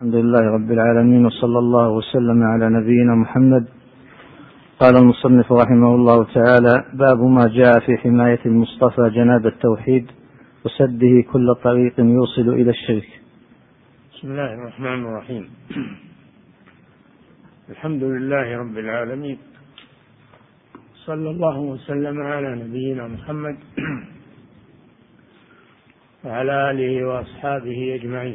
الحمد لله رب العالمين، وصلى الله وسلم على نبينا محمد. قال المصنف رحمه الله تعالى: باب ما جاء في حماية المصطفى جناب التوحيد وسده كل طريق يوصل إلى الشرك. بسم الله الرحمن الرحيم. الحمد لله رب العالمين، صلى الله وسلم على نبينا محمد وعلى آله وأصحابه أجمعين.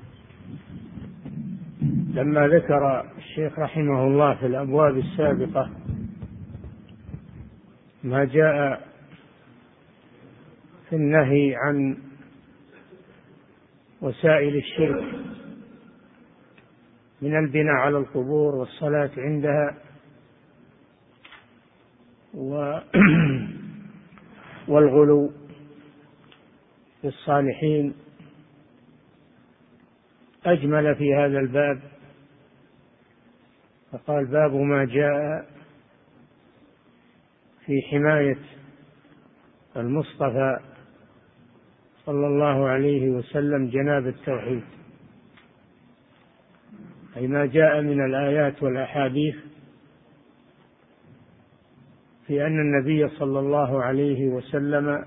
لما ذكر الشيخ رحمه الله في الأبواب السابقة ما جاء في النهي عن وسائل الشرك من البناء على القبور والصلاة عندها والغلو في الصالحين، أجمل في هذا الباب فقال: باب ما جاء في حماية المصطفى صلى الله عليه وسلم جناب التوحيد، أي ما جاء من الآيات والأحاديث في أن النبي صلى الله عليه وسلم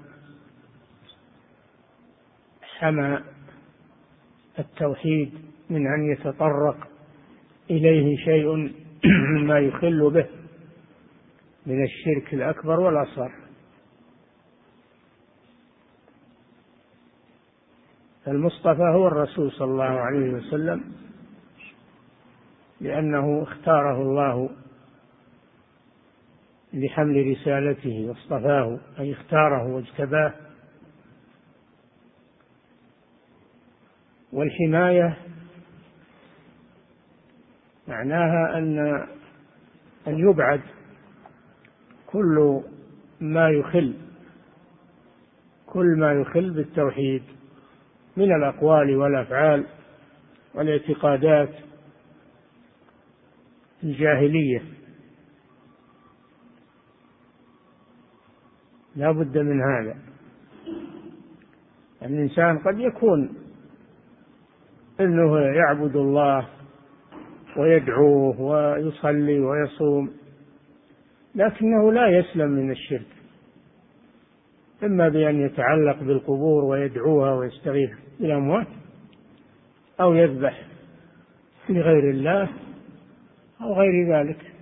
حمى التوحيد من أن يتطرق إليه شيء مما يخل به من الشرك الأكبر والأصغر. المصطفى هو الرسول صلى الله عليه وسلم، لأنه اختاره الله لحمل رسالته واصطفاه، أي اختاره واجتباه. والحماية معناها أن يبعد كل ما يخل بالتوحيد من الأقوال والأفعال والاعتقادات الجاهلية. لا بد من هذا. الإنسان قد يكون إنه يعبد الله ويدعوه ويصلي ويصوم، لكنه لا يسلم من الشرك، إما بأن يتعلق بالقبور ويدعوها ويستغيث بالأموات، أو يذبح لغير الله أو غير ذلك،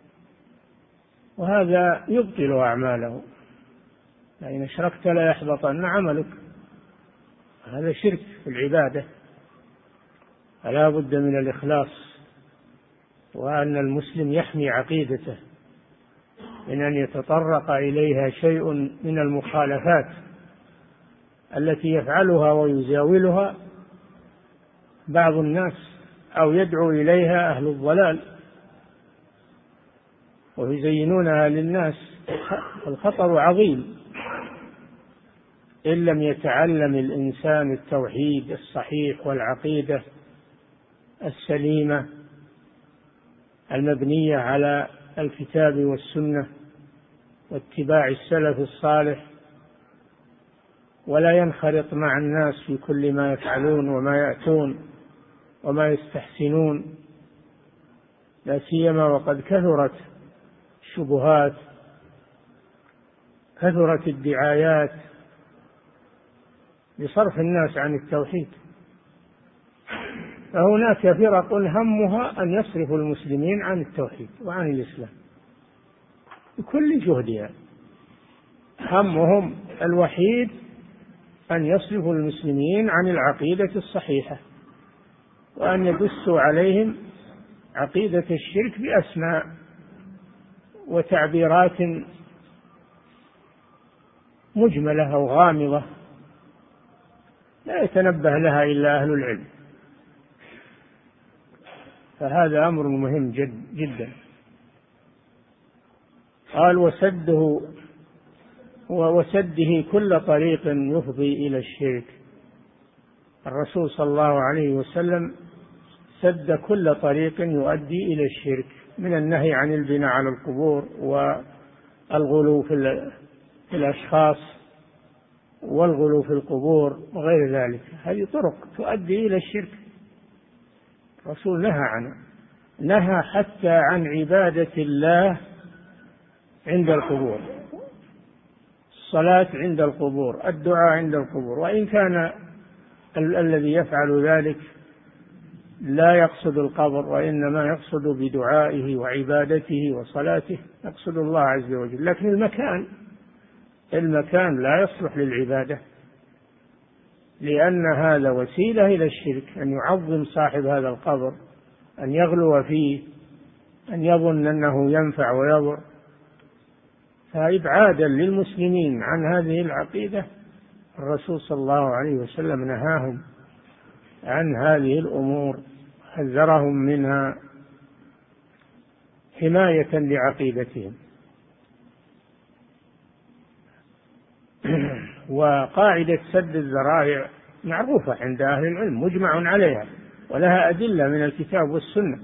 وهذا يبطل أعماله. فإن أشركت لا يحبطن عملك. هذا شرك في العبادة. فلا بد من الإخلاص، وأن المسلم يحمي عقيدته من أن يتطرق إليها شيء من المخالفات التي يفعلها ويزاولها بعض الناس، أو يدعو إليها أهل الضلال ويزينونها للناس. الخطر عظيم إن لم يتعلم الإنسان التوحيد الصحيح والعقيدة السليمة المبنية على الكتاب والسنة واتباع السلف الصالح، ولا ينخرط مع الناس في كل ما يفعلون وما يأتون وما يستحسنون، لا سيما وقد كثرت الشبهات، كثرت الدعايات لصرف الناس عن التوحيد. فهناك فرق همها أن يصرفوا المسلمين عن التوحيد وعن الإسلام بكل جهدها. همهم الوحيد أن يصرفوا المسلمين عن العقيدة الصحيحة، وأن يدسوا عليهم عقيدة الشرك بأسماء وتعبيرات مجملة أو غامضة لا يتنبه لها إلا أهل العلم. فهذا أمر مهم جدا. قال: وسده كل طريق يفضي إلى الشرك. الرسول صلى الله عليه وسلم سد كل طريق يؤدي إلى الشرك، من النهي عن البناء على القبور والغلو في الأشخاص والغلو في القبور وغير ذلك. هذه طرق تؤدي إلى الشرك. الرسول نهى عنه، نهى حتى عن عبادة الله عند القبور، الصلاة عند القبور، الدعاء عند القبور، وإن كان الذي يفعل ذلك لا يقصد القبر وإنما يقصد بدعائه وعبادته وصلاته يقصد الله عز وجل، لكن المكان لا يصلح للعبادة، لأن هذا وسيلة إلى الشرك، أن يعظم صاحب هذا القبر، أن يغلو فيه، أن يظن أنه ينفع ويضر. فإبعادا للمسلمين عن هذه العقيدة الرسول صلى الله عليه وسلم نهاهم عن هذه الأمور، حذرهم منها حماية لعقيدتهم. وقاعدة سد الذرائع معروفة عند أهل العلم، مجمع عليها ولها أدلة من الكتاب والسنة.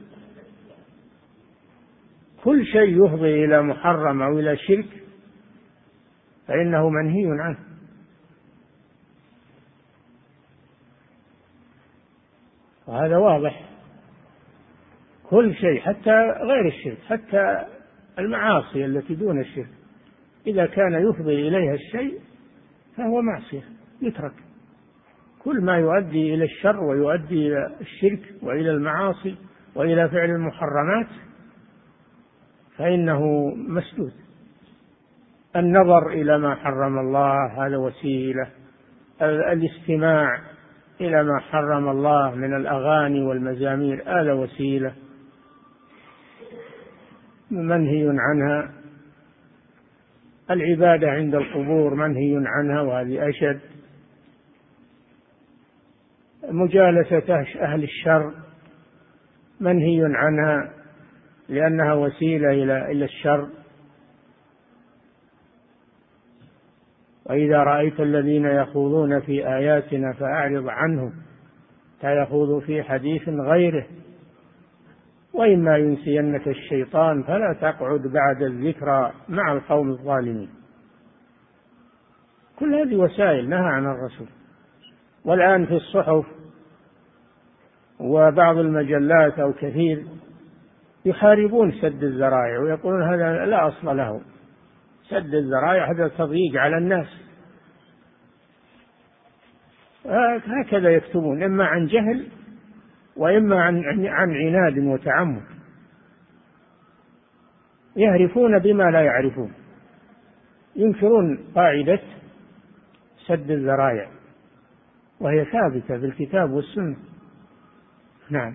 كل شيء يفضي إلى محرم أو إلى شرك فإنه منهي عنه. وهذا واضح، كل شيء حتى غير الشرك، حتى المعاصي التي دون الشرك إذا كان يفضي إليها الشيء فهو معصية يترك. كل ما يؤدي إلى الشر ويؤدي إلى الشرك وإلى المعاصي وإلى فعل المحرمات فإنه مسدود. النظر إلى ما حرم الله هذا وسيلة، الاستماع إلى ما حرم الله من الأغاني والمزامير هذا وسيلة منهي عنها. العبادة عند القبور منهي عنها وهذه أشد. مجالسة أهل الشر منهي عنها لأنها وسيلة إلى الشر. وإذا رأيت الذين يخوضون في آياتنا فأعرض عنهم حتى يخوضوا في حديث غيره وإما ينسينك الشيطان فلا تقعد بعد الذكرى مع القوم الظالمين. كل هذه وسائل نهى عن الرسول. والآن في الصحف وبعض المجلات أو كثير يحاربون سد الذرائع ويقولون هذا لا أصل له، سد الذرائع هذا تضييق على الناس، هكذا يكتبون، إما عن جهل وإما عن عناد وتعمد، يهرفون بما لا يعرفون، ينكرون قاعدة سد الذرائع وهي ثابتة في الكتاب والسنة. نعم.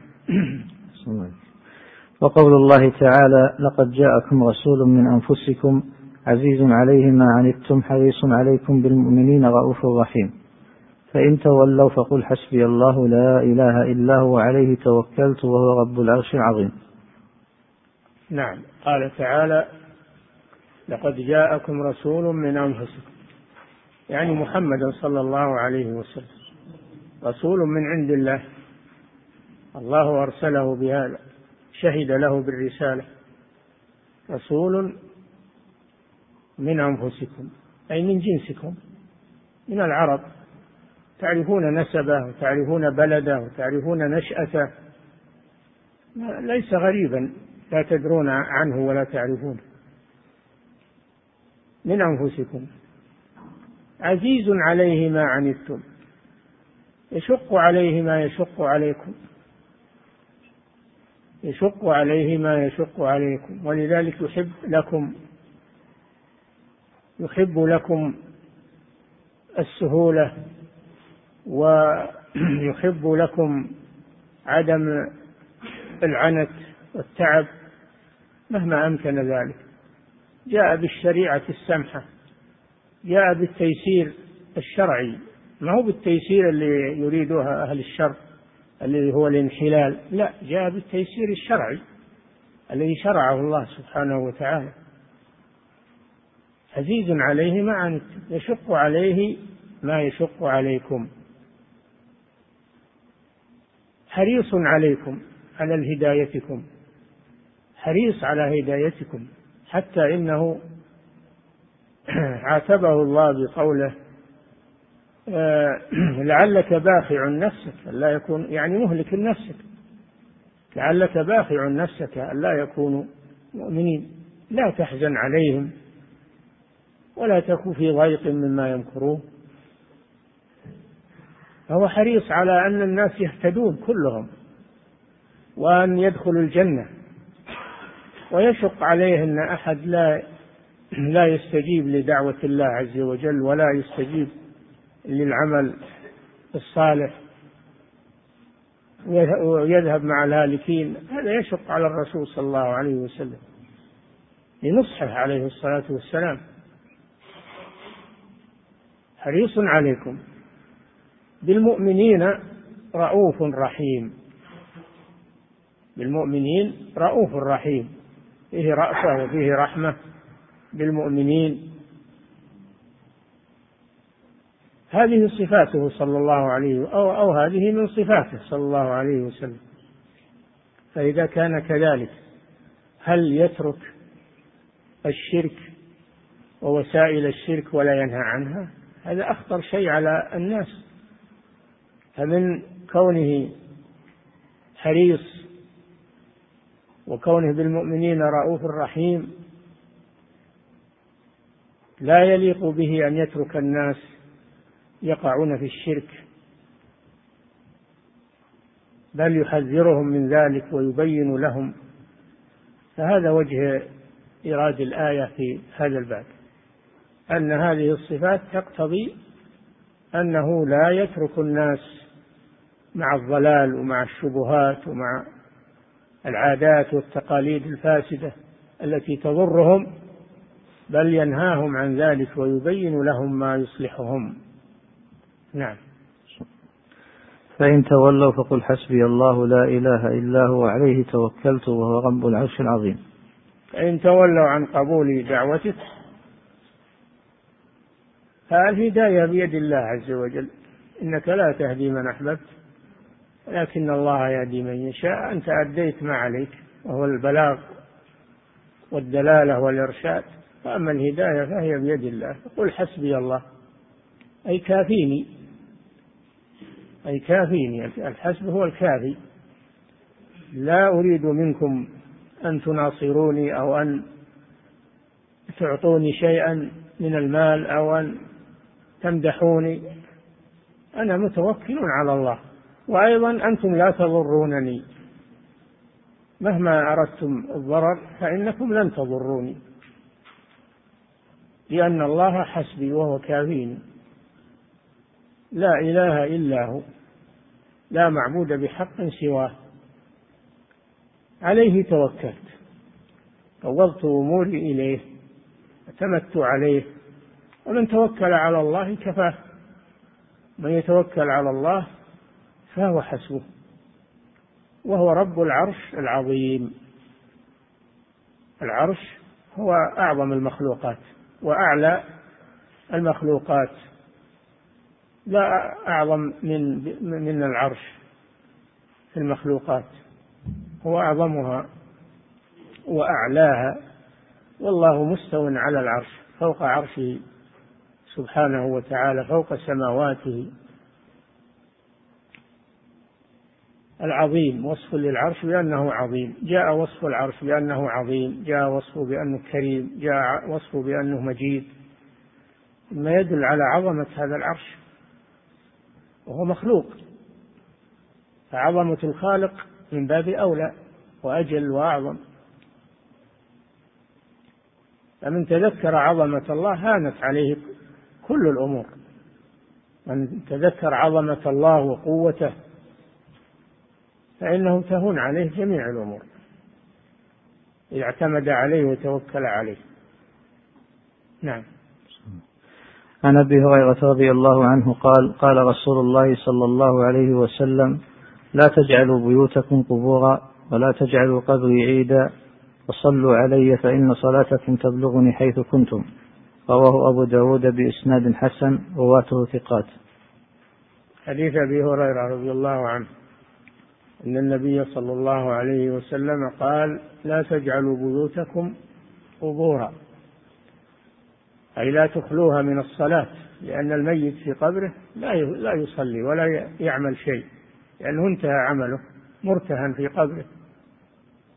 وقول الله تعالى لقد جاءكم رسول من أنفسكم عزيز عليه ما عنتم حريص عليكم بالمؤمنين رؤوف رحيم فإن تولوا فقل حسبي الله لا إله إلا هو عليه توكلت وهو رب العرش العظيم. نعم. قال تعالى لقد جاءكم رسول من أنفسكم، يعني محمد صلى الله عليه وسلم، رسول من عند الله، الله أرسله بهذا، شهد له بالرسالة، رسول من أنفسكم أي من جنسكم من العرب، تعرفون نسبه وتعرفون بلده وتعرفون نشأته، ليس غريبا لا تدرون عنه ولا تعرفونه. من أنفسكم عزيز عليه ما عنتم يشق عليه ما يشق عليكم، يشق عليه ما يشق عليكم، ولذلك يحب لكم السهولة ويحب لكم عدم العنت والتعب مهما أمكن ذلك. جاء بالشريعة السمحة، جاء بالتيسير الشرعي، ما هو بالتيسير اللي يريدها أهل الشر الذي هو الانحلال، لا، جاء بالتيسير الشرعي الذي شرعه الله سبحانه وتعالى. عزيز عليه ما عنتم يشق عليه ما يشق عليكم حريص عليكم على هدايتكم، حريص على هدايتكم، حتى إنه عاتبه الله بقوله لعلك باخع نفسك لا يكون، يعني مهلك نفسك لعلك باخع نفسك ألا يكونوا مؤمنين. لا تحزن عليهم ولا تكن في ضيق مما يمكرون. فهو حريص على أن الناس يهتدون كلهم وأن يدخلوا الجنة، ويشق عليه أن أحد لا يستجيب لدعوة الله عز وجل ولا يستجيب للعمل الصالح ويذهب مع الهالكين. هذا يشق على الرسول صلى الله عليه وسلم لنصحه عليه الصلاة والسلام. حريص عليكم بالمؤمنين رؤوف رحيم. بالمؤمنين رؤوف رحيم، فيه رأفة وفيه رحمة بالمؤمنين. هذه صفاته صلى الله عليه أو هذه من صفاته صلى الله عليه وسلم. فإذا كان كذلك هل يترك الشرك ووسائل الشرك ولا ينهى عنها؟ هذا أخطر شيء على الناس. فمن كونه حريص وكونه بالمؤمنين رؤوف رحيم لا يليق به أن يترك الناس يقعون في الشرك، بل يحذرهم من ذلك ويبين لهم. فهذا وجه إيراد الآية في هذا الباب، أن هذه الصفات تقتضي أنه لا يترك الناس مع الضلال ومع الشبهات ومع العادات والتقاليد الفاسدة التي تضرهم، بل ينهاهم عن ذلك ويبين لهم ما يصلحهم. نعم. فإن تولوا فقل حسبي الله لا إله إلا هو عليه توكلت وهو رب العرش العظيم. فإن تولوا عن قبول دعوتك فالهداية بيد الله عز وجل، إنك لا تهدي من أحببت لكن الله يهدي من يشاء. أنت أديت ما عليك وهو البلاغ والدلالة والإرشاد، وأما الهداية فهي بيد الله. قل حسبي الله أي كافيني، أي كافيني. الحسب هو الكافي. لا أريد منكم أن تناصروني أو أن تعطوني شيئا من المال أو أن تمدحوني، أنا متوكل على الله. وأيضا أنتم لا تضرونني، مهما أردتم الضرر فإنكم لن تضروني، لأن الله حسبي وهو كافيني. لا إله إلا هو، لا معبود بحق سواه، عليه توكلت، فوضت أموري إليه، اعتمدت عليه. ومن توكل على الله كفاه، من يتوكل على الله فهو حسبه، وهو رب العرش العظيم. العرش هو أعظم المخلوقات وأعلى المخلوقات، لا أعظم من العرش في المخلوقات، هو أعظمها وأعلاها. والله مستو على العرش فوق عرشه سبحانه وتعالى، فوق سماواته. العظيم وصف للعرش بأنه عظيم، جاء وصف العرش بأنه عظيم، جاء وصفه بأنه كريم، جاء وصفه بأنه مجيد، ما يدل على عظمة هذا العرش، وهو مخلوق، فعظمة الخالق من باب أولى وأجل وأعظم. فمن تذكر عظمة الله هانت عليه كل الأمور. من تذكر عظمة الله وقوته فإنه تهون عليه جميع الأمور إذا اعتمد عليه وتوكل عليه. نعم. عن أبي هريرة رضي الله عنه قال: قال رسول الله صلى الله عليه وسلم: لا تجعلوا بيوتكم قبورا ولا تجعلوا قبري عيدا وصلوا علي فإن صلاتكم تبلغني حيث كنتم. رواه أبو داود بإسناد حسن، رواته ثقات. حديث أبي هريرة رضي الله عنه أن النبي صلى الله عليه وسلم قال: لا تجعلوا بيوتكم قبورا، أي لا تخلوها من الصلاة، لأن الميت في قبره لا يصلي ولا يعمل شيء، لأنه انتهى عمله، مرتهن في قبره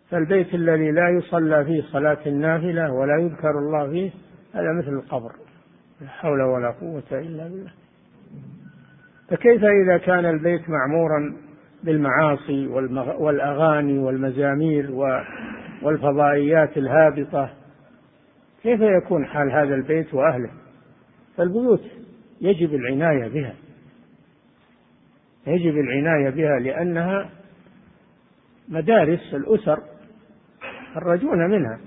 فالبيت الذي لا يصلى فيه صلاة النافلة ولا يذكر الله فيه هذا مثل القبر، لا حول ولا قوة إلا بالله. فكيف إذا كان البيت معمورا بالمعاصي والأغاني والمزامير والفضائيات الهابطة، كيف يكون حال هذا البيت وأهله؟ فالبيوت يجب العناية بها، يجب العناية بها لأنها مدارس الأسر يخرجون منها،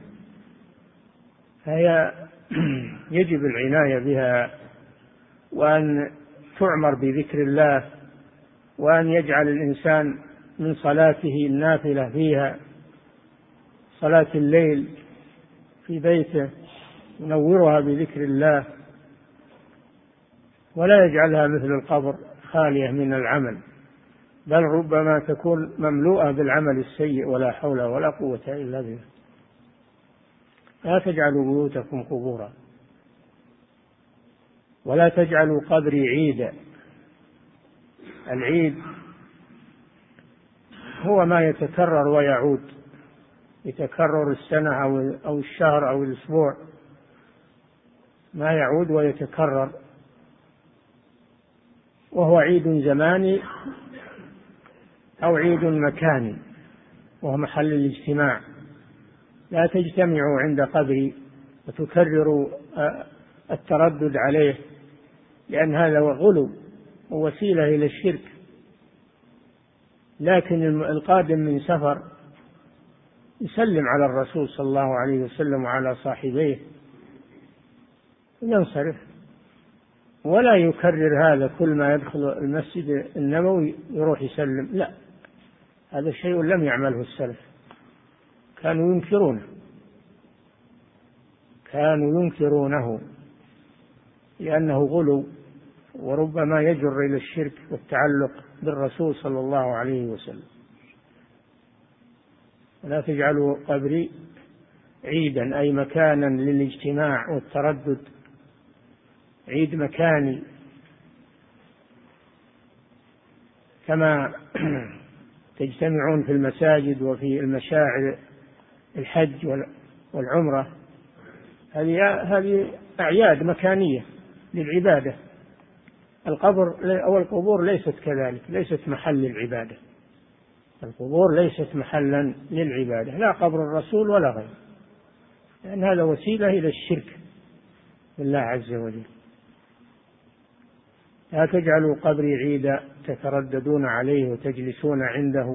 فهي يجب العناية بها، وأن تعمر بذكر الله، وأن يجعل الإنسان من صلاته النافلة فيها صلاة الليل في بيته ينورها بذكر الله، ولا يجعلها مثل القبر خالية من العمل، بل ربما تكون مملوءة بالعمل السيء، ولا حول ولا قوة إلا بالله. لا تجعلوا بيوتكم قبورا، ولا تجعلوا قبري عيدا. العيد هو ما يتكرر ويعود، يتكرر السنة أو الشهر أو الأسبوع، ما يعود ويتكرر، وهو عيد زماني أو عيد مكاني، وهو محل الاجتماع. لا تجتمعوا عند قبري وتكرروا التردد عليه، لأن هذا غلو ووسيلة إلى الشرك. لكن القادم من سفر يسلم على الرسول صلى الله عليه وسلم وعلى صاحبيه وينصرف، ولا يكرر هذا كل ما يدخل المسجد النبوي يروح يسلم، لا، هذا شيء لم يعمله السلف، كانوا ينكرونه لأنه غلو، وربما يجر إلى الشرك والتعلق بالرسول صلى الله عليه وسلم. لا تجعلوا قبري عيدا، أي مكانا للاجتماع والتردد، عيد مكاني، كما تجتمعون في المساجد وفي المشاعر الحج والعمرة، هذه أعياد مكانية للعبادة. القبر أو القبور ليست كذلك، ليست محل العبادة، القبور ليست محلا للعبادة، لا قبر الرسول ولا غيره، لأن هذا وسيلة إلى الشرك بالله عز وجل. لا تجعلوا قبري عيدا تترددون عليه وتجلسون عنده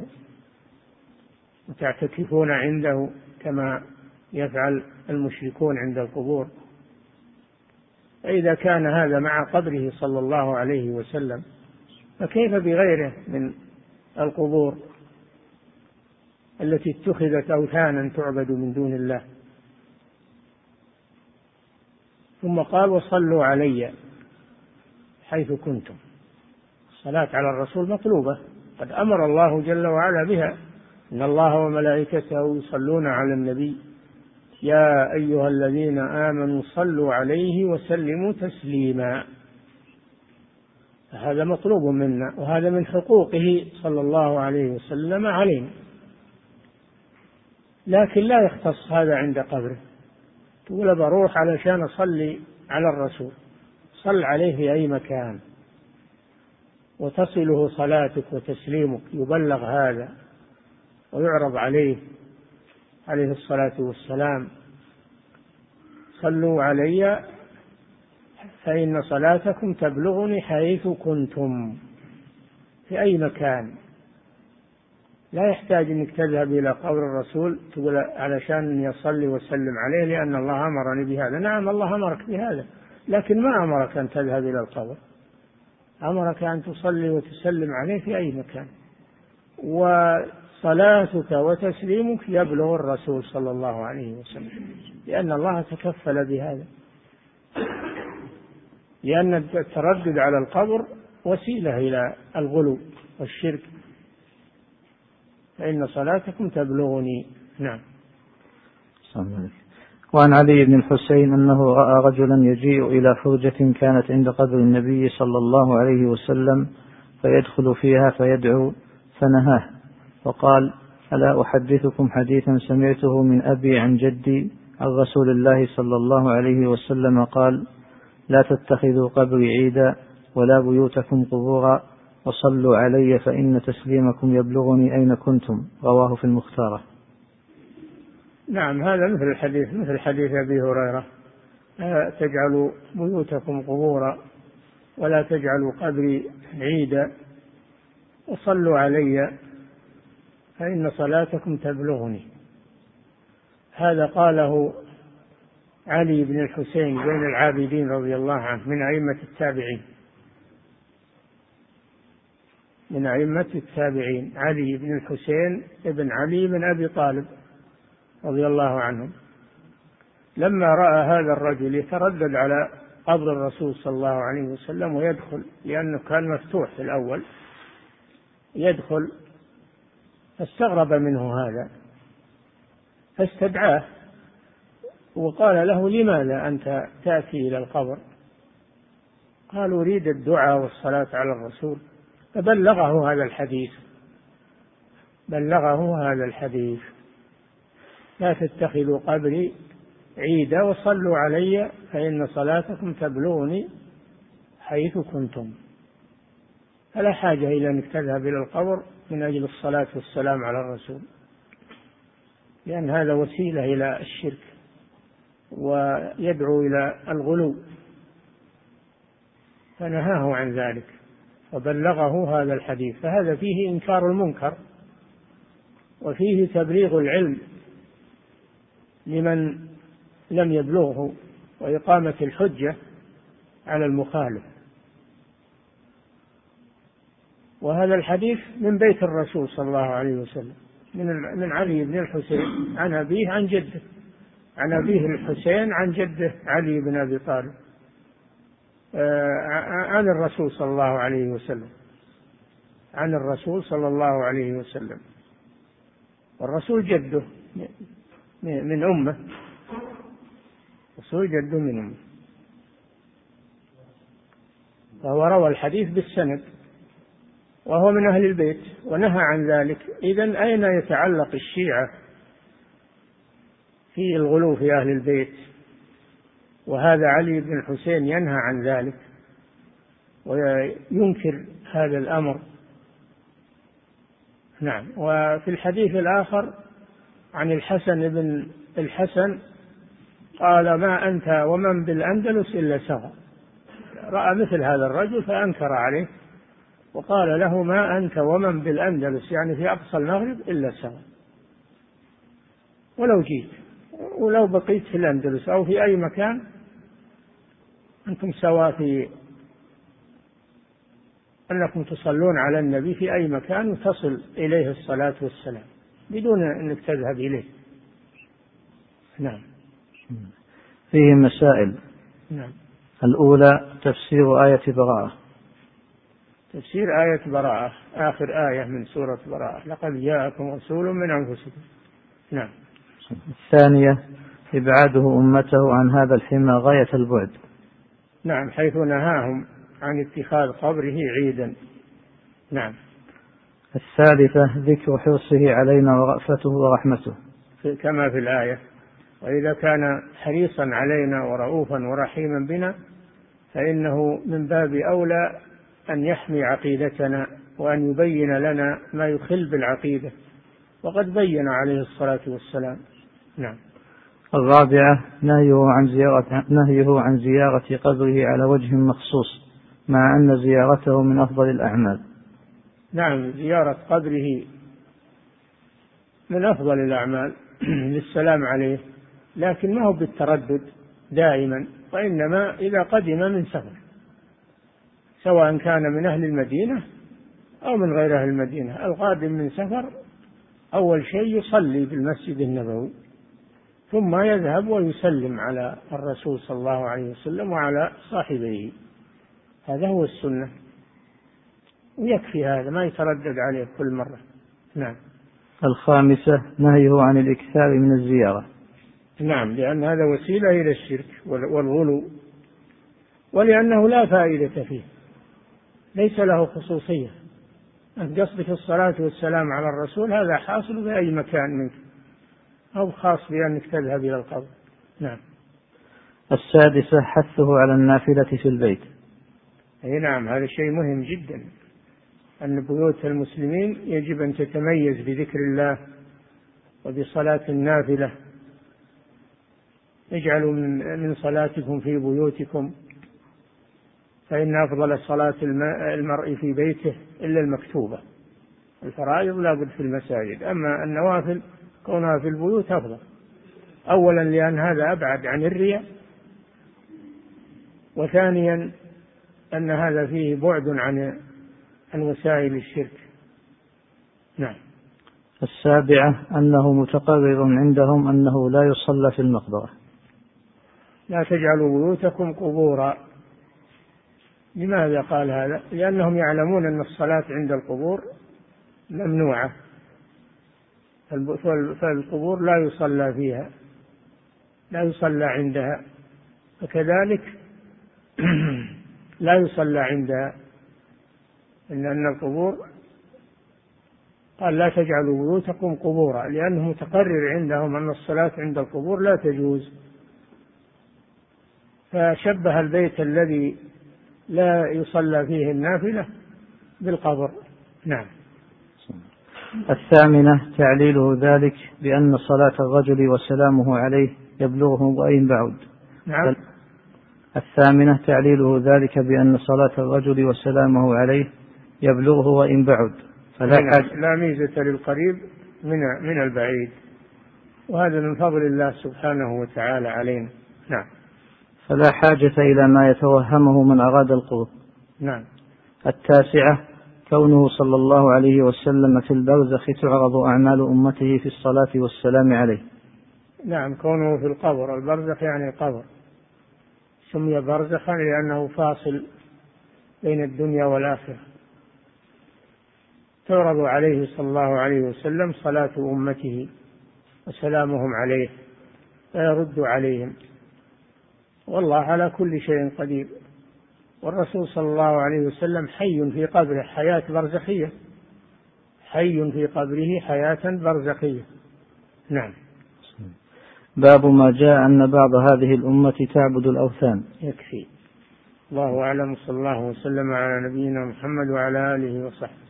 وتعتكفون عنده كما يفعل المشركون عند القبور. فإذا كان هذا مع قبره صلى الله عليه وسلم، فكيف بغيره من القبور التي اتخذت أوثانا تعبد من دون الله؟ ثم قال وصلوا علي حيث كنتم. الصلاة على الرسول مطلوبة، قد أمر الله جل وعلا بها، إن الله وملائكته يصلون على النبي يا أيها الذين آمنوا صلوا عليه وسلموا تسليما. هذا مطلوب منا، وهذا من حقوقه صلى الله عليه وسلم علينا، لكن لا يختص هذا عند قبره. تقول بروح علشان أصلي على الرسول، صل عليه في أي مكان وتصله صلاتك وتسليمك، يبلغ هذا ويعرض عليه الصلاة والسلام. صلوا علي فإن صلاتكم تبلغني حيث كنتم، في أي مكان. لا يحتاج أنك تذهب إلى قبر الرسول تقول علشان يصلي وسلم عليه لأن الله أمرني بهذا. نعم الله أمرك بهذا، لكن ما أمرك أن تذهب إلى القبر، أمرك أن تصلي وتسلم عليه في أي مكان، وصلاتك وتسليمك يبلغ الرسول صلى الله عليه وسلم، لأن الله تكفل بهذا، لأن التردد على القبر وسيلة إلى الغلو والشرك. فإن صلاتكم تبلغني. نعم. وعن علي بن الحسين أنه رأى رجلا يجيء إلى فرجة كانت عند قبر النبي صلى الله عليه وسلم فيدخل فيها فيدعو، فنهاه وقال ألا أحدثكم حديثا سمعته من أبي عن جدي عن رسول الله صلى الله عليه وسلم قال: لا تتخذوا قبري عيدا ولا بيوتكم قبورا وصلوا علي فإن تسليمكم يبلغني أين كنتم. رواه في المختارة. نعم، هذا مثل حديث أبي هريرة: تجعلوا بيوتكم قبورا ولا تجعلوا قبري عيدا وصلوا علي فإن صلاتكم تبلغني. هذا قاله علي بن الحسين بين العابدين رضي الله عنه من أئمة التابعين، علي بن الحسين ابن علي بن أبي طالب رضي الله عنهم، لما رأى هذا الرجل يتردد على قبر الرسول صلى الله عليه وسلم ويدخل، لأنه كان مفتوح في الأول، يدخل، فاستغرب منه هذا فاستدعاه وقال له: لماذا أنت تأتي إلى القبر؟ قال: أريد الدعاء والصلاة على الرسول. فبلغه هذا الحديث: لا تتخذوا قبري عيدا وصلوا علي فإن صلاتكم تبلغني حيث كنتم. فلا حاجة إلى أنك تذهب إلى القبر من أجل الصلاة والسلام على الرسول، لأن هذا وسيلة إلى الشرك ويدعو إلى الغلو، فنهاه عن ذلك وبلغه هذا الحديث. فهذا فيه إنكار المنكر وفيه تبليغ العلم لمن لم يبلغه وإقامة الحجة على المخالف. وهذا الحديث من بيت الرسول صلى الله عليه وسلم، من علي بن الحسين عن أبيه عن جده، عن أبيه الحسين عن جده علي بن أبي طالب عن الرسول صلى الله عليه وسلم، والرسول جده من أمه، فهو روى الحديث بالسند وهو من أهل البيت ونهى عن ذلك. إذن أين يتعلق الشيعة في الغلو في أهل البيت؟ وهذا علي بن الحسين ينهى عن ذلك وينكر هذا الأمر. نعم. وفي الحديث الآخر عن الحسن بن الحسن قال: ما أنت ومن بالأندلس إلا سواء. رأى مثل هذا الرجل فأنكر عليه وقال له: ما أنت ومن بالأندلس، يعني في أقصى المغرب، إلا سواء. ولو جيت ولو بقيت في الأندلس أو في أي مكان أنتم سواء في أنكم تصلون على النبي في أي مكان وتصل إليه الصلاة والسلام بدون أنك تذهب إليه. نعم. فيه مسائل. نعم. الأولى: تفسير آية براءة. تفسير آية براءة آخر آية من سورة براءة: لقد جاءكم رسول من أنفسكم. نعم. الثانية: إبعاده أمته عن هذا الحمى غاية البعد. نعم، حيث نهاهم عن اتخاذ قبره عيدا. نعم. الثالثة: ذكر حرصه علينا ورأفته ورحمته، كما في الآية: وإذا كان حريصا علينا ورؤوفا ورحيما بنا فإنه من باب أولى أن يحمي عقيدتنا وأن يبين لنا ما يخل بالعقيدة، وقد بين عليه الصلاة والسلام. نعم. الرابعة: نهيه عن زيارة قبره على وجه مخصوص، مع أن زيارته من أفضل الأعمال. نعم، زيارة قبره من أفضل الأعمال للسلام عليه، لكن ما هو بالتردد دائما، وإنما إذا قدم من سفر، سواء كان من أهل المدينة أو من غير أهل المدينة. القادم من سفر أول شيء يصلي بالمسجد النبوي، ثم يذهب ويسلم على الرسول صلى الله عليه وسلم وعلى صاحبيه. هذا هو السنة، ويكفي هذا، ما يتردد عليه كل مرة. نعم. الخامسة: نهيه عن الإكثار من الزيارة. نعم، لأن هذا وسيلة إلى الشرك والغلو، ولأنه لا فائدة فيه، ليس له خصوصية، أنت قصدك الصلاة والسلام على الرسول، هذا حاصل في أي مكان منك، أو خاص بأنك تذهب إلى القبر. نعم. السادسة حثه على النافلة في البيت. أي نعم، هذا شيء مهم جدا، أن بيوت المسلمين يجب أن تتميز بذكر الله وبصلاة النافلة. اجعلوا من صلاتكم في بيوتكم، فإن أفضل صلاة المرء في بيته إلا المكتوبة، الفرائض لا بد في المساجد، أما النوافل كونها في البيوت أفضل، أولا لأن هذا أبعد عن الرياء، وثانيا أن هذا فيه بعد عن وسائل الشرك. نعم. السابعة أنه متقرر عندهم أنه لا يصلى في المقبرة. لا تجعلوا بيوتكم قبورا. لماذا قال هذا؟ لأنهم يعلمون أن الصلاة عند القبور ممنوعة، فالقبور لا يصلى فيها، لا يصلى عندها، فكذلك لا يصلى عندها، أن القبور قال لا تجعلوا بيوتكم قبورا، لأنه متقرر عندهم أن الصلاة عند القبور لا تجوز، فشبه البيت الذي لا يصلى فيه النافلة بالقبر. نعم. الثامنة تعليله ذلك بأن صلاة الرجل وسلامه عليه يبلغه وإن بعد. نعم. الثامنة تعليله ذلك بأن صلاة الرجل وسلامه عليه يبلغه وإن بعد، لا ميزة للقريب من البعيد، وهذا من فضل الله سبحانه وتعالى علينا. نعم. فلا حاجة إلى ما يتوهمه من أراد القرب. نعم. التاسعة كونه صلى الله عليه وسلم في البرزخ تعرض أعمال أمته في الصلاة والسلام عليه. نعم، كونه في القبر، البرزخ يعني القبر، سمي برزخا لأنه فاصل بين الدنيا والآخرة، تعرض عليه صلى الله عليه وسلم صلاة أمته وسلامهم عليه فيرد عليهم، والله على كل شيء قدير. والرسول صلى الله عليه وسلم حي في قبره حياة برزخية، حي في قبره حياة برزخية. نعم. باب ما جاء أن بعض هذه الأمة تعبد الأوثان. يكفي. الله أعلم، صلى الله وسلم على نبينا محمد وعلى آله وصحبه.